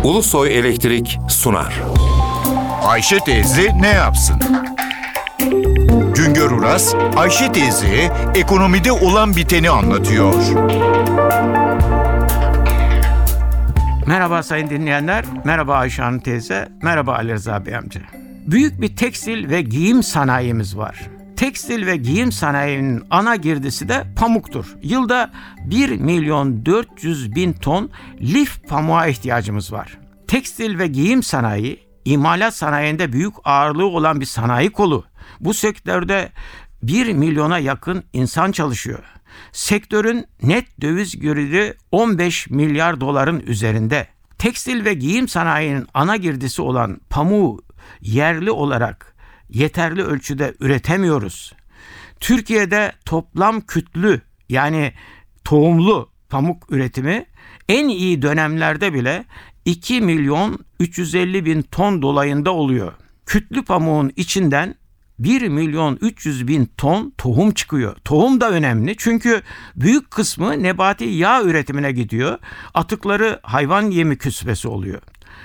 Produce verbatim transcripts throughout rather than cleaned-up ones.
Ulusoy Elektrik sunar. Ayşe teyze ne yapsın? Güngör Uras, Ayşe teyzeye ekonomide olan biteni anlatıyor. Merhaba sayın dinleyenler, merhaba Ayşe Hanım teyze, merhaba Ali Rıza Bey amca. Büyük bir tekstil ve giyim sanayimiz var. Tekstil ve giyim sanayinin ana girdisi de pamuktur. Yılda bir milyon dört yüz bin ton lif pamuğa ihtiyacımız var. Tekstil ve giyim sanayi, imalat sanayinde büyük ağırlığı olan bir sanayi kolu. Bu sektörde bir milyona yakın insan çalışıyor. Sektörün net döviz geliri on beş milyar doların üzerinde. Tekstil ve giyim sanayinin ana girdisi olan pamuğu yerli olarak yeterli ölçüde üretemiyoruz. Türkiye'de toplam kütlü yani tohumlu pamuk üretimi en iyi dönemlerde bile iki milyon üç yüz elli bin ton dolayında oluyor. Kütlü pamuğun içinden bir milyon üç yüz bin ton tohum çıkıyor. Tohum da önemli çünkü büyük kısmı nebati yağ üretimine gidiyor. Atıkları hayvan yemi küspesi oluyor.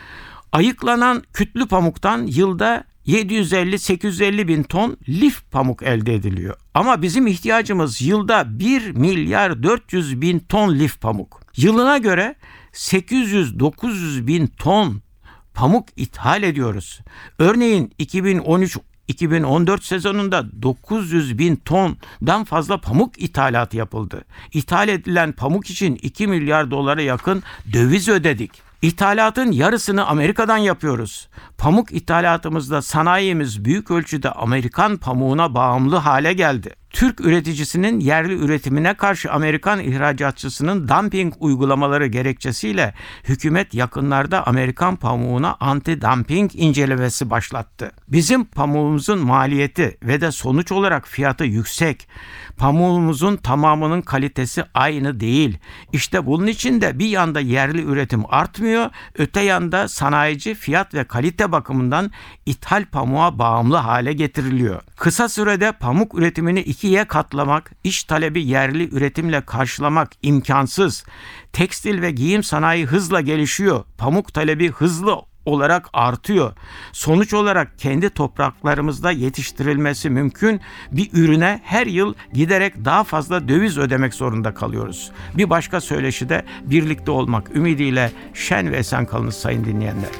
Ayıklanan kütlü pamuktan yılda yedi yüz elli sekiz yüz elli bin ton lif pamuk elde ediliyor. Ama bizim ihtiyacımız yılda bir milyar dört yüz bin ton lif pamuk. Yılına göre sekiz yüz dokuz yüz bin ton pamuk ithal ediyoruz. Örneğin iki bin on üç iki bin on dört sezonunda dokuz yüz bin tondan fazla pamuk ithalatı yapıldı. İthal edilen pamuk için iki milyar dolara yakın döviz ödedik. İthalatın yarısını Amerika'dan yapıyoruz. Pamuk ithalatımızda sanayimiz büyük ölçüde Amerikan pamuğuna bağımlı hale geldi. Türk üreticisinin yerli üretimine karşı Amerikan ihracatçısının dumping uygulamaları gerekçesiyle hükümet yakınlarda Amerikan pamuğuna anti-dumping incelemesi başlattı. Bizim pamuğumuzun maliyeti ve de sonuç olarak fiyatı yüksek. Pamuğumuzun tamamının kalitesi aynı değil. İşte bunun için de bir yanda yerli üretim artmıyor, öte yanda sanayici fiyat ve kalite bakımından ithal pamuğa bağımlı hale getiriliyor. Kısa sürede pamuk üretimini ikiye katlamak, iş talebi yerli üretimle karşılamak imkansız. Tekstil ve giyim sanayi hızla gelişiyor. Pamuk talebi hızlı olarak artıyor. Sonuç olarak kendi topraklarımızda yetiştirilmesi mümkün bir ürüne her yıl giderek daha fazla döviz ödemek zorunda kalıyoruz. Bir başka söyleşi de birlikte olmak ümidiyle şen ve esen kalınız sayın dinleyenler.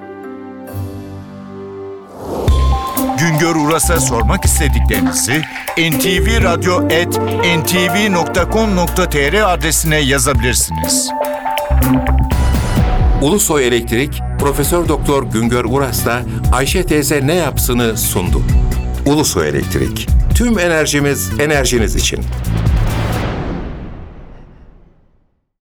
Güngör Uras'a sormak istediklerinizi en ti vi radyo at en ti vi nokta com nokta tr adresine yazabilirsiniz. Ulusoy Elektrik, Profesör Doktor Güngör Uras'la Ayşe teyze ne yapsını sundu. Ulusoy Elektrik, tüm enerjimiz enerjiniz için.